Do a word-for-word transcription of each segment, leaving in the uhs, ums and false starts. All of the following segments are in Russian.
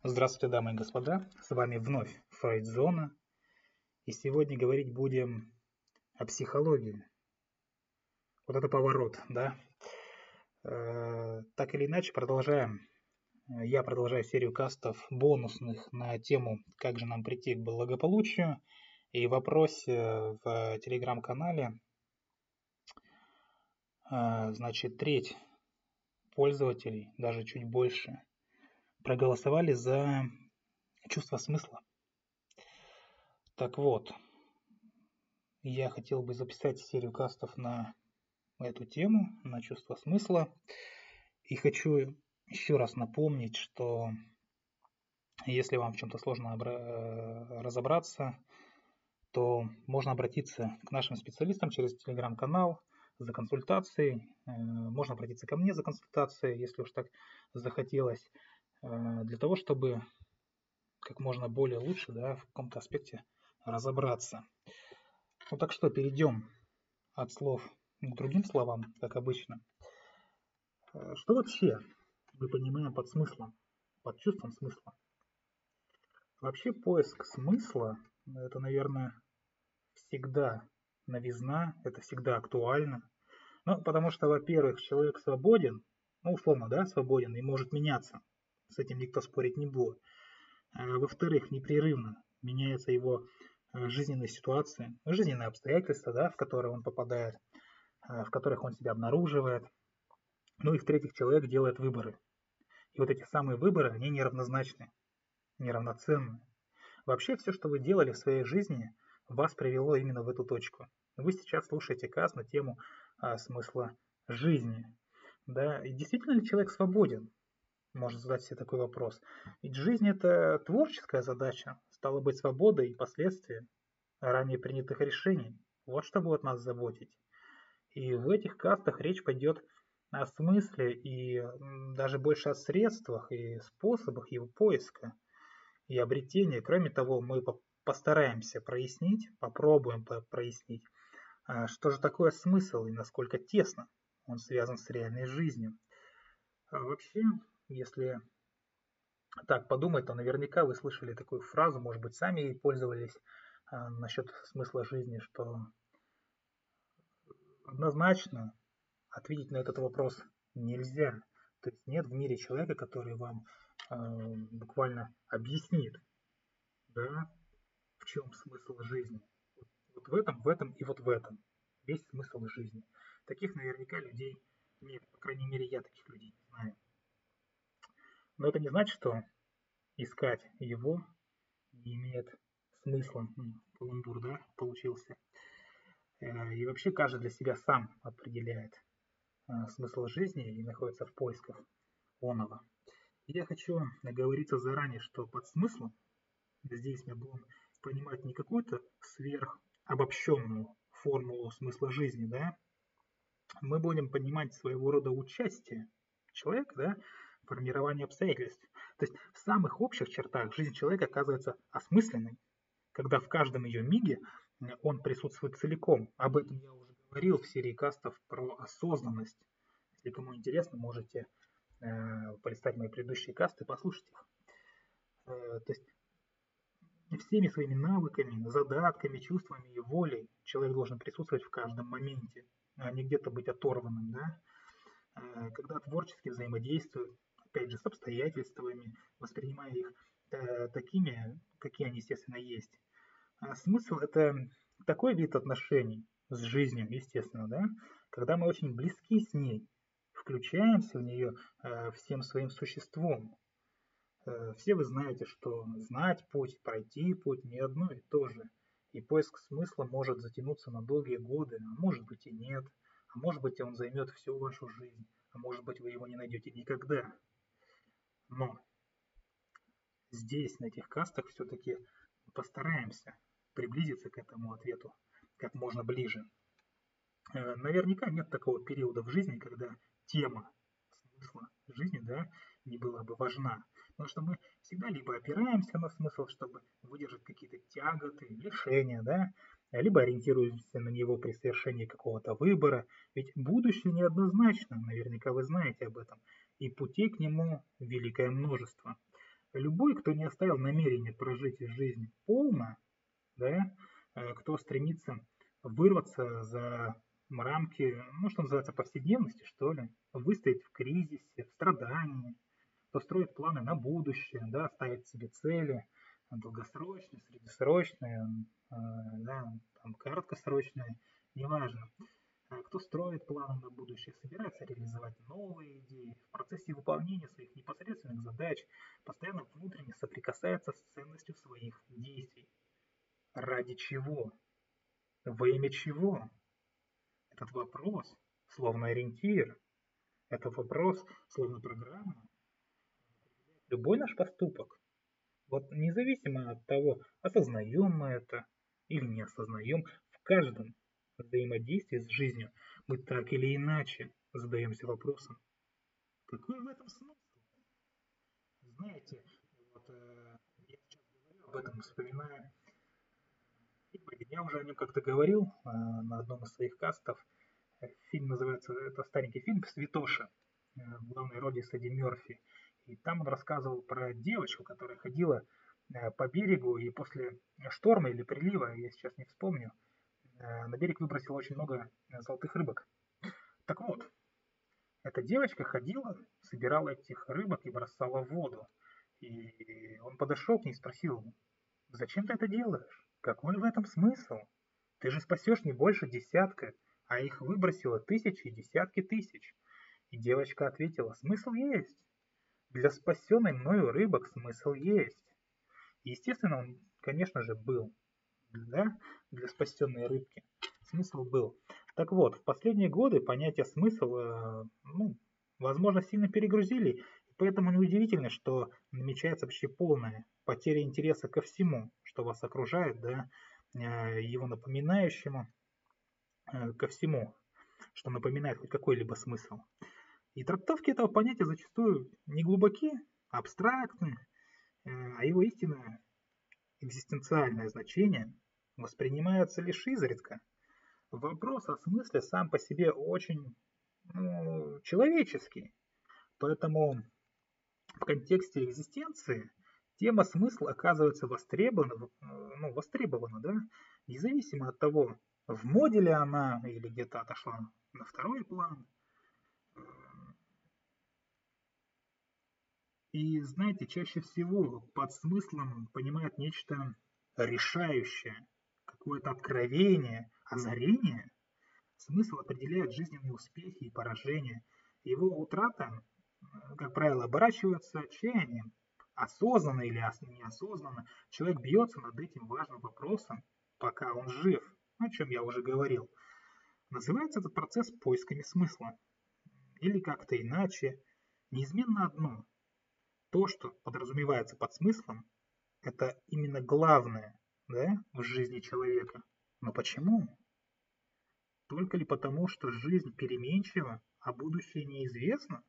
Здравствуйте, дамы и господа, с вами вновь Фрейд-зона, и сегодня говорить будем о психологии. Вот это поворот, да? Э, так или иначе, продолжаем. Я продолжаю серию кастов бонусных на тему «Как же нам прийти к благополучию?» И в вопросе в телеграм-канале, э, значит, треть пользователей, даже чуть больше, проголосовали за чувство смысла. Так вот, я хотел бы записать серию кастов на эту тему, на чувство смысла. И хочу еще раз напомнить, что если вам в чем-то сложно разобраться, то можно обратиться к нашим специалистам через телеграм-канал за консультацией. Можно обратиться ко мне за консультацией, если уж так захотелось, для того, чтобы как можно более лучше, да, в каком-то аспекте разобраться. Ну так что, перейдем от слов к другим словам, как обычно. Что вообще мы понимаем под смыслом, под чувством смысла? Вообще поиск смысла – это, наверное, всегда новизна, это всегда актуально. Ну, потому что, во-первых, человек свободен, ну, условно, да, свободен и может меняться. С этим никто спорить не будет. А, во-вторых, непрерывно меняется его жизненные ситуации, жизненные обстоятельства, да, в которые он попадает, в которых он себя обнаруживает. Ну и в-третьих, человек делает выборы. И вот эти самые выборы, они неравнозначны, неравноценны. Вообще все, что вы делали в своей жизни, вас привело именно в эту точку. Вы сейчас слушаете каст на тему а, смысла жизни. Да? И действительно ли человек свободен? Можно задать себе такой вопрос. Ведь жизнь – это творческая задача. Стало быть, свобода и последствия ранее принятых решений. Вот что будет нас заботить. И в этих кастах речь пойдет о смысле и даже больше о средствах и способах его поиска и обретения. Кроме того, мы постараемся прояснить, попробуем прояснить, что же такое смысл и насколько тесно он связан с реальной жизнью. А вообще, если так подумать, то наверняка вы слышали такую фразу, может быть, сами пользовались насчет смысла жизни, что однозначно ответить на этот вопрос нельзя. То есть нет в мире человека, который вам э, буквально объяснит, да, в чем смысл жизни. Вот, вот в этом, в этом и вот в этом весь смысл жизни. Таких наверняка людей нет, по крайней мере я таких людей не знаю. Но это не значит, что искать его не имеет смысла. Каламбур, да, получился. И вообще каждый для себя сам определяет смысл жизни и находится в поисках оного. И я хочу наговориться заранее, что под смыслом здесь мы будем понимать не какую-то сверхобобщенную формулу смысла жизни, да, мы будем понимать своего рода участие человека, да, в формировании обстоятельств. То есть в самых общих чертах жизнь человека оказывается осмысленной, когда в каждом ее миге он присутствует целиком. Об этом я уже говорил в серии кастов про осознанность. Если кому интересно, можете э, полистать мои предыдущие касты, послушать их. Э, то есть всеми своими навыками, задатками, чувствами и волей человек должен присутствовать в каждом моменте, а не где-то быть оторванным, да? Э, когда творчески взаимодействует, опять же, с обстоятельствами, воспринимая их э, такими, какие они, естественно, есть. А смысл – это такой вид отношений с жизнью, естественно, да, когда мы очень близки с ней, включаемся в нее э, всем своим существом. Э, все вы знаете, что знать путь, пройти путь не одно и то же. И поиск смысла может затянуться на долгие годы, а может быть и нет, а может быть он займет всю вашу жизнь, а может быть вы его не найдете никогда. Но здесь, на этих кастах, все-таки постараемся приблизиться к этому ответу как можно ближе. Наверняка нет такого периода в жизни, когда тема смысла жизни, да, не была бы важна. Потому что мы всегда либо опираемся на смысл, чтобы выдержать какие-то тяготы, лишения, да, либо ориентируемся на него при совершении какого-то выбора. Ведь будущее неоднозначно, наверняка вы знаете об этом, и путей к нему великое множество. Любой, кто не оставил намерения прожить жизнь полно, да, э, кто стремится вырваться за рамки, ну, что называется, повседневности, что ли, выстоять в кризисе, в страдании, кто строит планы на будущее, да, ставит себе цели долгосрочные, среднесрочные, э, да, там, краткосрочные, неважно. Э, Кто строит планы на будущее, собирается реализовать новые идеи, в процессе выполнения своих непосредственных задач постоянно внутренне соприкасается с ценностью своих действий. Ради чего? Во имя чего? Этот вопрос, словно ориентир, этот вопрос, словно программа, любой наш поступок. Вот независимо от того, осознаем мы это или не осознаем, в каждом взаимодействии с жизнью мы так или иначе задаемся вопросом, какой в этом смысл? Знаете, вот э, я сейчас говорю об этом, вспоминаю фильм, я уже о нем как-то говорил э, на одном из своих кастов. Э, Фильм называется, это старенький фильм «Святоша», э, в главной роли с Эдди Мерфи. И там он рассказывал про девочку, которая ходила э, по берегу, и после шторма или прилива, я сейчас не вспомню, э, на берег выбросила очень много э, золотых рыбок. Так вот, эта девочка ходила, собирала этих рыбок и бросала в воду. И он подошел к ней и спросил, зачем ты это делаешь? Какой в этом смысл? Ты же спасешь не больше десятка, а их выбросило тысячи и десятки тысяч. И девочка ответила, смысл есть. Для спасенной мною рыбок смысл есть. И, естественно, он, конечно же, был. Да? Для спасенной рыбки. Смысл был. Так вот, в последние годы понятие смысл, э, ну, возможно, сильно перегрузили, и поэтому неудивительно, что намечается вообще полная потеря интереса ко всему, что вас окружает, да, э, его напоминающему, э, ко всему, что напоминает хоть какой-либо смысл. И трактовки этого понятия зачастую не глубоки, а абстрактны, э, а его истинное экзистенциальное значение воспринимается лишь изредка. Вопрос о смысле сам по себе очень, ну, человеческий, поэтому в контексте экзистенции тема смысла оказывается востребована, ну, востребована, да, независимо от того, в моде ли она или где-то отошла на второй план. И знаете, чаще всего под смыслом понимают нечто решающее, какое-то откровение, озарение. Смысл определяет жизненные успехи и поражения. Его утрата, как правило, оборачивается отчаянием. Осознанно или неосознанно человек бьется над этим важным вопросом, пока он жив, о чем я уже говорил. Называется этот процесс поисками смысла. Или как-то иначе. Неизменно одно. То, что подразумевается под смыслом, это именно главное, да, в жизни человека. Но почему? Только ли потому, что жизнь переменчива, а будущее неизвестно?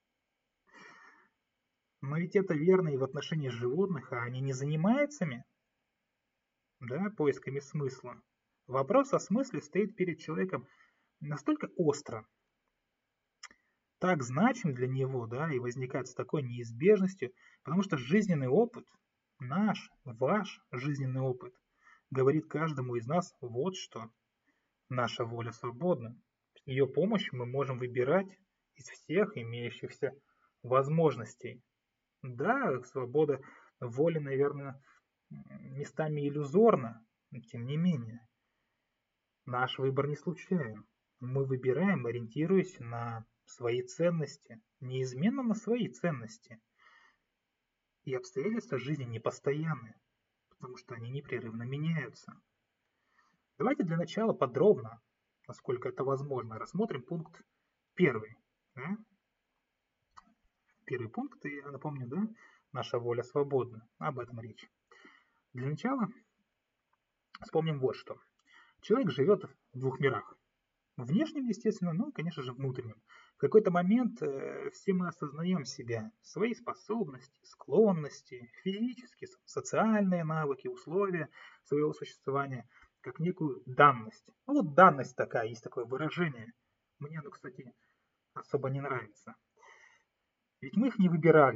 Но ведь это верно и в отношении животных, а они не занимаются, да, поисками смысла. Вопрос о смысле стоит перед человеком настолько остро, так значим для него, да, и возникает с такой неизбежностью, потому что жизненный опыт, наш, ваш жизненный опыт, говорит каждому из нас вот что. Наша воля свободна. С ее помощью мы можем выбирать из всех имеющихся возможностей. Да, свобода воли, наверное, местами иллюзорна, но тем не менее. Наш выбор не случайен. Мы выбираем, ориентируясь на свои ценности, неизменно на свои ценности. И обстоятельства жизни непостоянны, потому что они непрерывно меняются. Давайте для начала подробно, насколько это возможно, рассмотрим пункт первый. Да? Первый пункт, я напомню, да, наша воля свободна. Об этом речь. Для начала вспомним вот что. Человек живет в двух мирах. Внешнем, естественно, ну и, конечно же, внутреннем. В какой-то момент э, все мы осознаем себя, свои способности, склонности, физические, социальные навыки, условия своего существования, как некую данность. Ну вот данность такая, есть такое выражение. Мне оно, кстати, особо не нравится. Ведь мы их не выбирали.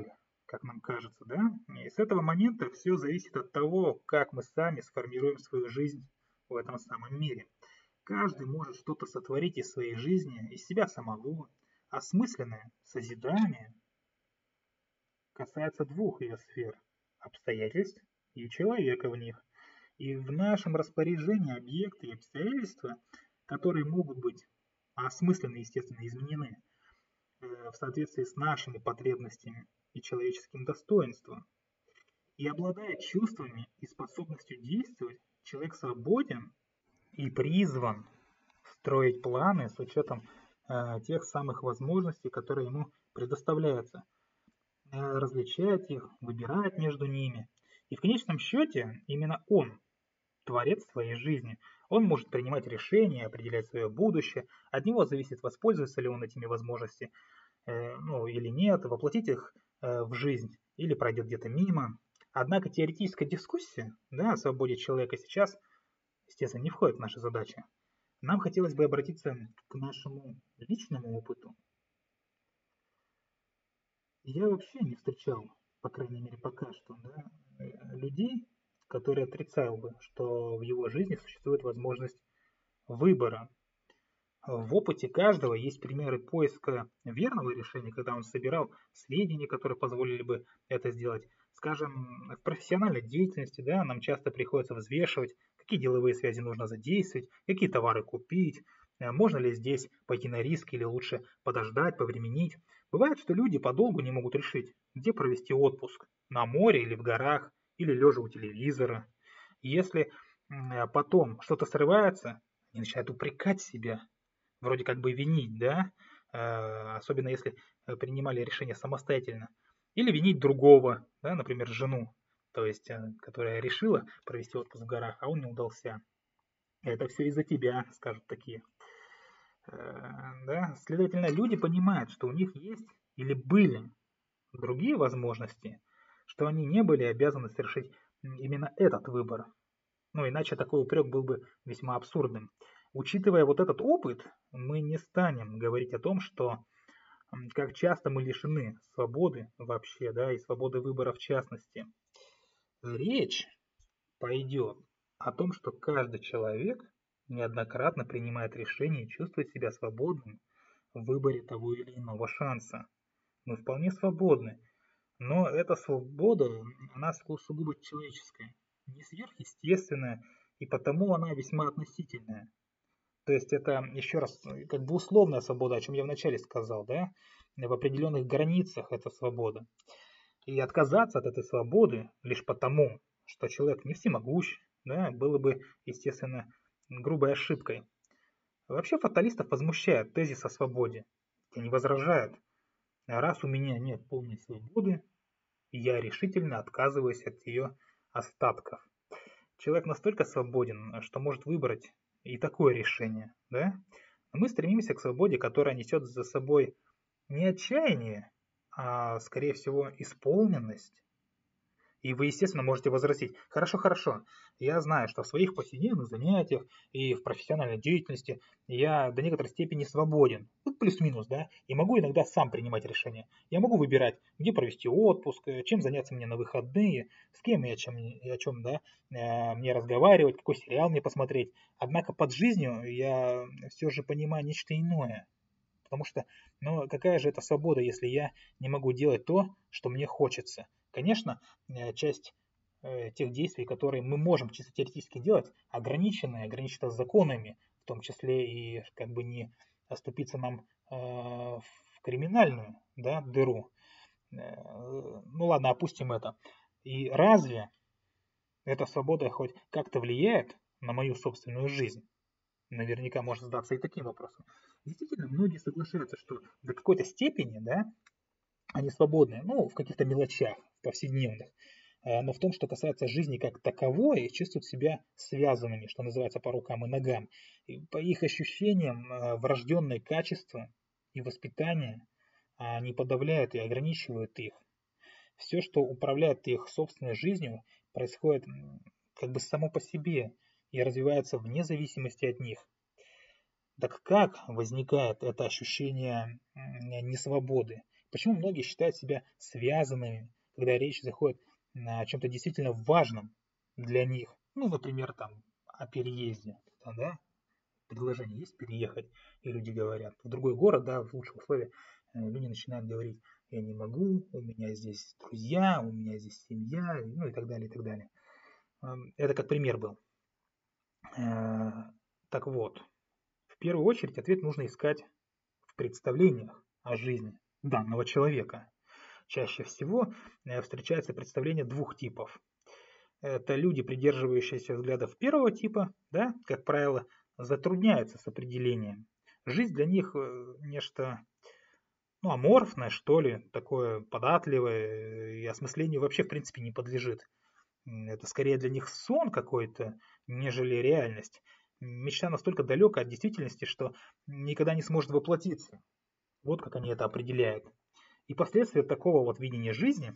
как нам кажется, да? И с этого момента все зависит от того, как мы сами сформируем свою жизнь в этом самом мире. Каждый может что-то сотворить из своей жизни, из себя самого. Осмысленное созидание касается двух ее сфер – обстоятельств и человека в них. И в нашем распоряжении объекты и обстоятельства, которые могут быть осмысленны, естественно, изменены в соответствии с нашими потребностями и человеческим достоинством. И обладая чувствами и способностью действовать, человек свободен и призван строить планы с учетом э, тех самых возможностей, которые ему предоставляются, э, различать их, выбирать между ними. И в конечном счете именно он творец своей жизни. Он может принимать решения, определять свое будущее. От него зависит, воспользуется ли он этими возможностями э, ну, или нет, воплотить их э, в жизнь или пройдет где-то мимо. Однако теоретическая дискуссия, да, о свободе человека сейчас, естественно, не входит в наши задачи. Нам хотелось бы обратиться к нашему личному опыту. Я вообще не встречал, по крайней мере пока что, да, людей, которые отрицали бы, что в его жизни существует возможность выбора. В опыте каждого есть примеры поиска верного решения, когда он собирал сведения, которые позволили бы это сделать. Скажем, в профессиональной деятельности, да, нам часто приходится взвешивать, какие деловые связи нужно задействовать, какие товары купить, можно ли здесь пойти на риск или лучше подождать, повременить. Бывает, что люди подолгу не могут решить, где провести отпуск, на море или в горах, или лежа у телевизора. Если потом что-то срывается, они начинают упрекать себя, вроде как бы винить, да, особенно если принимали решение самостоятельно, или винить другого, да, например, жену, то есть, которая решила провести отпуск в горах, а он не удался. Это все из-за тебя, скажут такие. Да? Следовательно, люди понимают, что у них есть или были другие возможности, что они не были обязаны совершить именно этот выбор. Ну, иначе такой упрек был бы весьма абсурдным. Учитывая вот этот опыт, мы не станем говорить о том, что как часто мы лишены свободы вообще, да, и свободы выбора в частности. Речь пойдет о том, что каждый человек неоднократно принимает решение и чувствует себя свободным в выборе того или иного шанса. Мы вполне свободны, но эта свобода, она сугубо человеческая, не сверхъестественная, и потому она весьма относительная. То есть это, еще раз, как бы условная свобода, о чем я вначале сказал, да? В определенных границах это свобода. И отказаться от этой свободы лишь потому, что человек не всемогущ, да, было бы, естественно, грубой ошибкой. Вообще фаталистов возмущает тезис о свободе. Они возражают, раз у меня нет полной свободы, я решительно отказываюсь от ее остатков. Человек настолько свободен, что может выбрать и такое решение, да? Мы стремимся к свободе, которая несет за собой не отчаяние, а, скорее всего, исполненность. И вы, естественно, можете возразить: хорошо, хорошо, я знаю, что в своих повседневных занятиях и в профессиональной деятельности я до некоторой степени свободен, ну, плюс-минус, да, и могу иногда сам принимать решения. Я могу выбирать, где провести отпуск, чем заняться мне на выходные, с кем и о чем, и о чем, да, мне разговаривать, какой сериал мне посмотреть. Однако под жизнью я все же понимаю нечто иное. Потому что, ну, какая же это свобода, если я не могу делать то, что мне хочется? Конечно, часть э, тех действий, которые мы можем чисто теоретически делать, ограничены, ограничены законами, в том числе и как бы не оступиться нам э, в криминальную, да, дыру. Э, ну ладно, опустим это. И разве эта свобода хоть как-то влияет на мою собственную жизнь? Наверняка можно задаться и таким вопросом. Действительно, многие соглашаются, что до какой-то степени, да, они свободны, ну, в каких-то мелочах, в повседневных. Но в том, что касается жизни как таковой, чувствуют себя связанными, что называется, по рукам и ногам. И по их ощущениям, врожденные качества и воспитание, они подавляют и ограничивают их. Все, что управляет их собственной жизнью, происходит как бы само по себе и развивается вне зависимости от них. Так как возникает это ощущение несвободы? Почему многие считают себя связанными когда речь заходит о чем-то действительно важном для них. Ну, например, там, о переезде, да, предложение есть переехать, и люди говорят в другой город, да, в лучших условиях, люди начинают говорить: я не могу, у меня здесь друзья, у меня здесь семья, ну и так далее, и так далее. Это как пример был. Так вот, в первую очередь ответ нужно искать в представлениях о жизни данного человека. Чаще всего встречается представление двух типов. Это люди, придерживающиеся взглядов первого типа, да, как правило, затрудняются с определением. Жизнь для них нечто, ну, аморфное, что ли, такое податливое, и осмыслению вообще, в принципе, не подлежит. Это скорее для них сон какой-то, нежели реальность. Мечта настолько далека от действительности, что никогда не сможет воплотиться. Вот как они это определяют. И последствия такого вот видения жизни,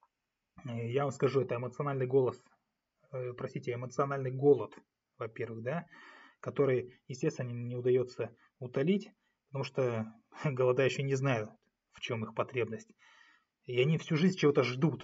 я вам скажу, это эмоциональный голос, простите, эмоциональный голод, во-первых, да, который, естественно, не удается утолить, потому что голодающие не знают, в чем их потребность. И они всю жизнь чего-то ждут.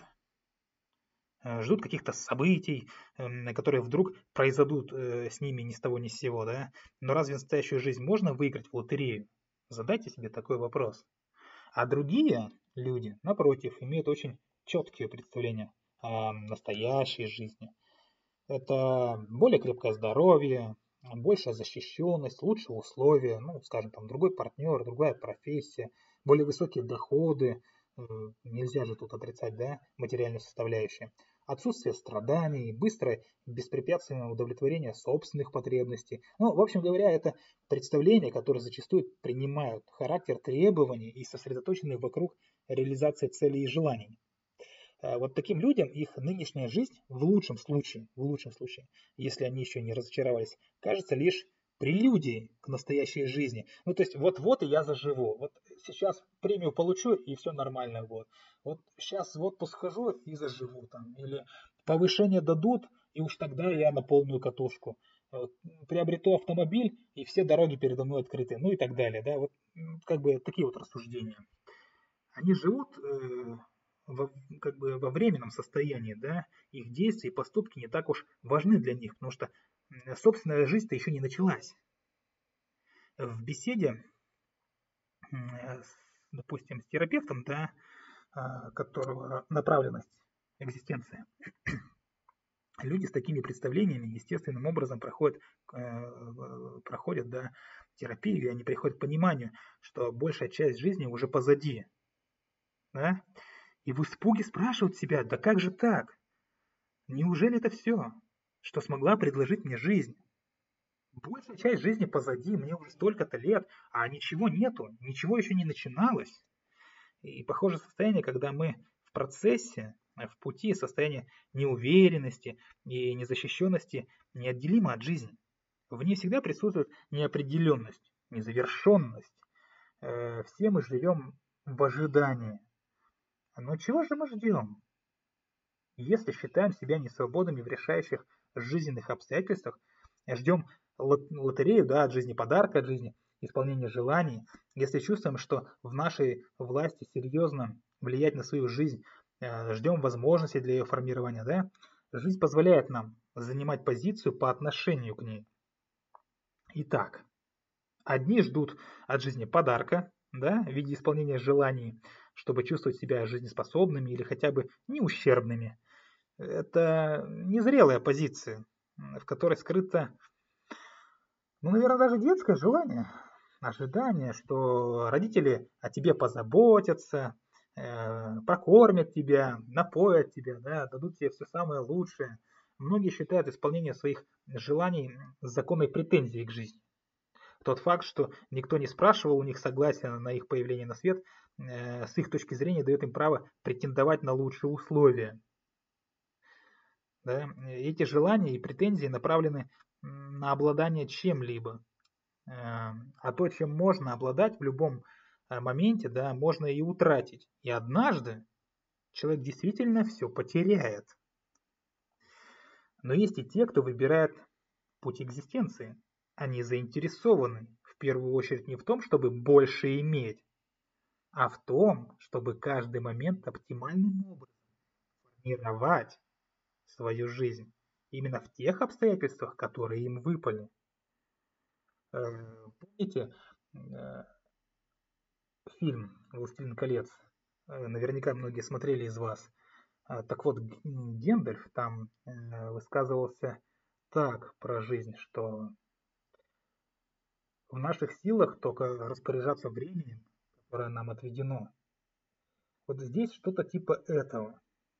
Ждут каких-то событий, которые вдруг произойдут с ними ни с того ни с сего, да. Но разве настоящую жизнь можно выиграть в лотерею? Задайте себе такой вопрос. А другие люди, напротив, имеют очень четкие представления о настоящей жизни. Это более крепкое здоровье, большая защищенность, лучшие условия, ну, скажем, там, другой партнер, другая профессия, более высокие доходы, нельзя же тут отрицать, да, материальную составляющую, отсутствие страданий, быстрое беспрепятственное удовлетворение собственных потребностей. Ну, в общем говоря, это представления, которые зачастую принимают характер требований и сосредоточены вокруг реализации целей и желаний. Вот таким людям их нынешняя жизнь в лучшем случае, в лучшем случае, если они еще не разочаровались, кажется лишь прелюдией к настоящей жизни. Ну, то есть вот-вот и я заживу. Вот сейчас премию получу, и все нормально. Вот, вот сейчас в отпуск схожу и заживу там. Или повышение дадут, и уж тогда я на полную катушку. Приобрету автомобиль, и все дороги передо мной открыты. Ну и так далее. Да? Вот как бы такие вот рассуждения. Они живут э, во, как бы во временном состоянии, да, их действия и поступки не так уж важны для них, потому что собственная жизнь-то еще не началась. В беседе, допустим, с терапевтом, да, которого направленность экзистенция, люди с такими представлениями естественным образом проходят, проходят да, терапию, и они приходят к пониманию, что большая часть жизни уже позади. Да? И в испуге спрашивают себя: да как же так? Неужели это все, что смогла предложить мне жизнь? Большая часть жизни позади, мне уже столько-то лет, а ничего нету, ничего еще не начиналось. И похоже состояние, когда мы в процессе, в пути, состояние неуверенности и незащищенности неотделимо от жизни. В ней всегда присутствует неопределенность, незавершенность. Все мы живем в ожидании. Но чего же мы ждем? Если считаем себя несвободными в решающих жизненных обстоятельствах, ждем лотерею, да, от жизни подарка, от жизни исполнения желаний, если чувствуем, что в нашей власти серьезно влиять на свою жизнь, ждем возможности для ее формирования, да, жизнь позволяет нам занимать позицию по отношению к ней. Итак, одни ждут от жизни подарка, да, в виде исполнения желаний, чтобы чувствовать себя жизнеспособными или хотя бы не ущербными. Это незрелая позиция, в которой скрыто, ну, наверное, даже детское желание, ожидание, что родители о тебе позаботятся, э, прокормят тебя, напоят тебя, да, дадут тебе все самое лучшее. Многие считают исполнение своих желаний законной претензией к жизни. Тот факт, что никто не спрашивал у них согласия на их появление на свет, э, с их точки зрения дает им право претендовать на лучшие условия. Да? Эти желания и претензии направлены на обладание чем-либо. А то, чем можно обладать в любом моменте, да, можно и утратить. И однажды человек действительно все потеряет. Но есть и те, кто выбирает путь экзистенции. Они заинтересованы в первую очередь не в том, чтобы больше иметь, а в том, чтобы каждый момент оптимальным образом формировать свою жизнь именно в тех обстоятельствах, которые им выпали. Помните фильм «Властелин колец»? Наверняка многие смотрели из вас. Так вот, Гендальф там высказывался так про жизнь, что в наших силах только распоряжаться временем, которое нам отведено. Вот здесь что-то типа этого.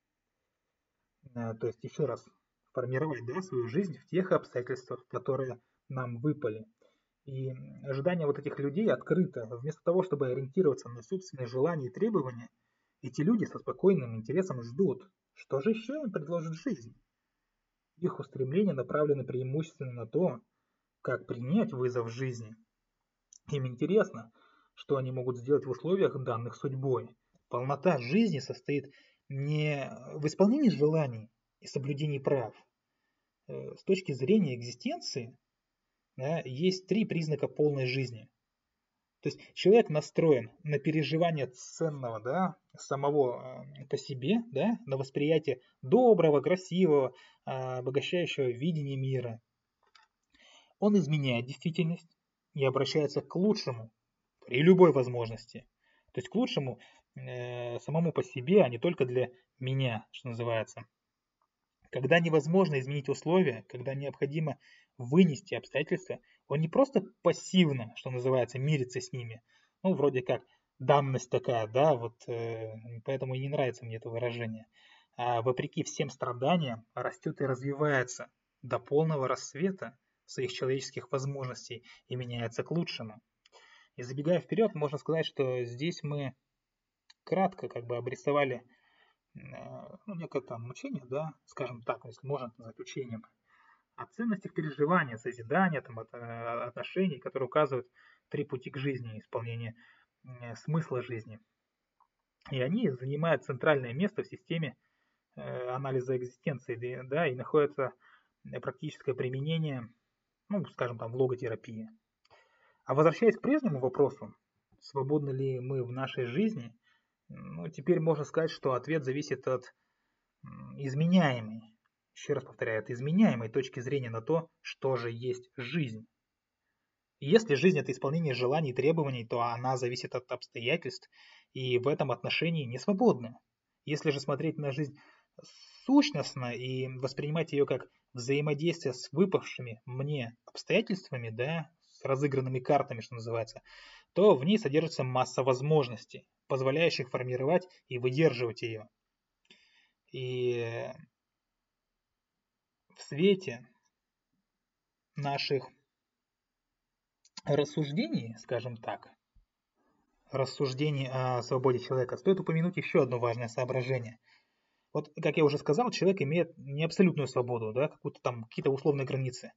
То есть, еще раз, формировать, да, свою жизнь в тех обстоятельствах, которые нам выпали. И ожидание вот этих людей открыто. Вместо того, чтобы ориентироваться на собственные желания и требования, эти люди со спокойным интересом ждут, что же еще им предложит жизнь. Их устремления направлены преимущественно на то, как принять вызов жизни. Им интересно, что они могут сделать в условиях, данных судьбой. Полнота жизни состоит не в исполнении желаний и соблюдении прав. С точки зрения экзистенции, да, есть три признака полной жизни. То есть человек настроен на переживание ценного, да, самого по себе, да, на восприятие доброго, красивого, обогащающего видения мира. Он изменяет действительность и обращается к лучшему при любой возможности. То есть к лучшему э, самому по себе, а не только для меня, что называется. Когда невозможно изменить условия, когда необходимо вынести обстоятельства, он не просто пассивно, что называется, мирится с ними. Ну, вроде как данность такая, да, вот э, поэтому и не нравится мне это выражение. А вопреки всем страданиям растет и развивается до полного расцвета своих человеческих возможностей и меняется к лучшему. И забегая вперед, можно сказать, что здесь мы кратко как бы обрисовали ну, некое там учение, да, скажем так, если можно назвать учением, о ценностях переживания, созидания, там, отношений, которые указывают три пути к жизни, исполнение смысла жизни. И они занимают центральное место в системе анализа экзистенции, да, и находятся практическое применение, ну, скажем, там, в логотерапии. А возвращаясь к прежнему вопросу, свободны ли мы в нашей жизни, ну, теперь можно сказать, что ответ зависит от изменяемой, еще раз повторяю, от изменяемой точки зрения на то, что же есть жизнь. И если жизнь – это исполнение желаний и требований, то она зависит от обстоятельств и в этом отношении не свободна. Если же смотреть на жизнь сущностно и воспринимать ее как взаимодействие с выпавшими мне обстоятельствами, да, с разыгранными картами, что называется, то в ней содержится масса возможностей, позволяющих формировать и выдерживать ее. И в свете наших рассуждений, скажем так, рассуждений о свободе человека, стоит упомянуть еще одно важное соображение. Вот, как я уже сказал, человек имеет не абсолютную свободу, да, какую-то там, какие-то условные границы.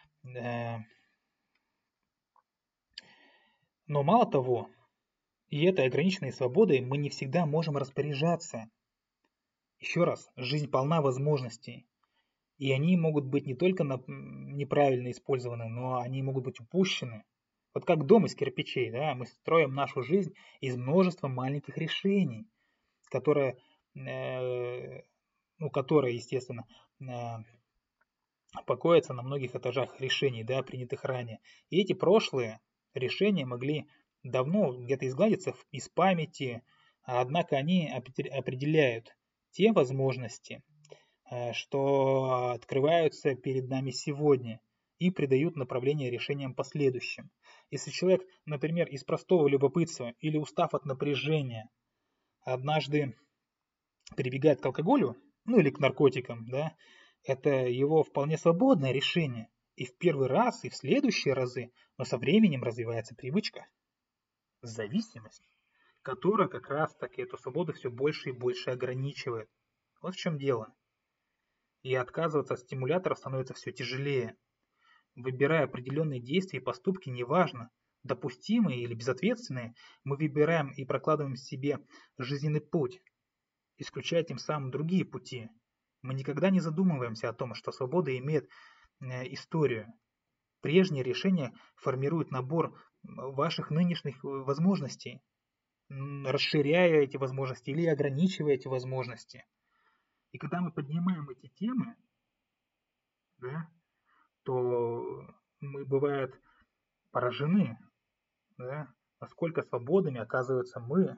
Но мало того, и этой ограниченной свободой мы не всегда можем распоряжаться. Еще раз, жизнь полна возможностей. И они могут быть не только неправильно использованы, но они могут быть упущены. Вот как дом из кирпичей, да, мы строим нашу жизнь из множества маленьких решений, которые, э, ну, которые, естественно, э, покоятся на многих этажах решений, да, принятых ранее. И эти прошлые решения могли давно где-то изгладиться из памяти, однако они определяют те возможности, что открываются перед нами сегодня и придают направление решениям последующим. Если человек, например, из простого любопытства или устав от напряжения однажды прибегает к алкоголю, ну или к наркотикам, да, это его вполне свободное решение. И в первый раз, и в следующие разы, но со временем развивается привычка, зависимость, которая как раз таки эту свободу все больше и больше ограничивает. Вот в чем дело. И отказываться от стимуляторов становится все тяжелее. Выбирая определенные действия и поступки, неважно, допустимые или безответственные, мы выбираем и прокладываем себе жизненный путь, исключая тем самым другие пути. Мы никогда не задумываемся о том, что свобода имеет историю. Прежние решения формируют набор ваших нынешних возможностей, расширяя эти возможности или ограничивая эти возможности. И когда мы поднимаем эти темы, да, то мы, бывает, поражены, да, насколько свободными, оказывается, мы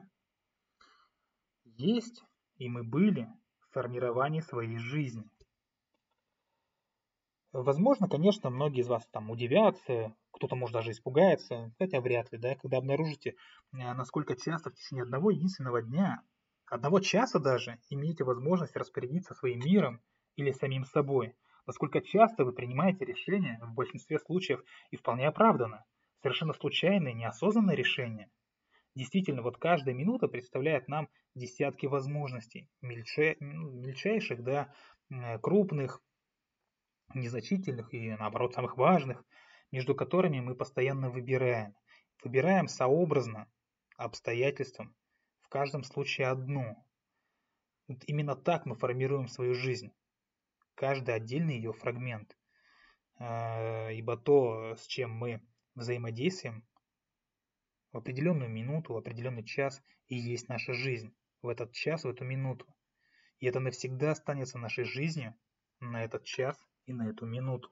есть и мы были в формировании своей жизни. Возможно, конечно, многие из вас там удивятся, кто-то может даже испугается, хотя вряд ли, да, когда обнаружите, а, насколько часто в течение одного единственного дня, одного часа даже, имеете возможность распорядиться своим миром или самим собой. Насколько часто вы принимаете решения, в большинстве случаев и вполне оправданно, совершенно случайные, неосознанные решения. Действительно, вот каждая минута представляет нам десятки возможностей, мельче, ну, мельчайших, да, м, крупных, незначительных и, наоборот, самых важных, между которыми мы постоянно выбираем. Выбираем сообразно обстоятельствам, в каждом случае одну. Вот именно так мы формируем свою жизнь, каждый отдельный ее фрагмент. А, Ибо то, с чем мы взаимодействуем в определенную минуту, в определенный час, и есть наша жизнь. В этот час, в эту минуту. И это навсегда останется нашей жизнью на этот час и на эту минуту.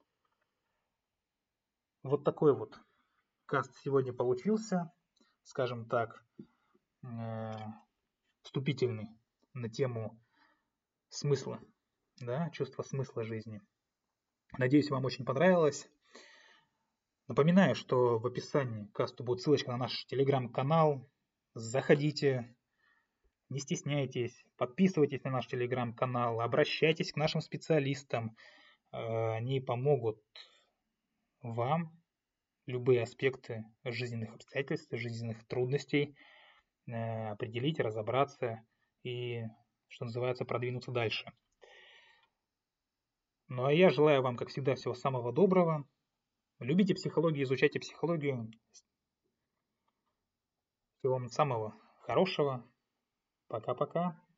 Вот такой вот каст сегодня получился, скажем так, э, вступительный на тему смысла, да, чувства смысла жизни. Надеюсь, вам очень понравилось. Напоминаю, что в описании к касту будет ссылочка на наш телеграм-канал. Заходите, не стесняйтесь, подписывайтесь на наш телеграм-канал, обращайтесь к нашим специалистам. Они помогут вам любые аспекты жизненных обстоятельств, жизненных трудностей определить, разобраться и, что называется, продвинуться дальше. Ну а я желаю вам, как всегда, всего самого доброго. Любите психологию, изучайте психологию. Всего вам самого хорошего. Пока-пока.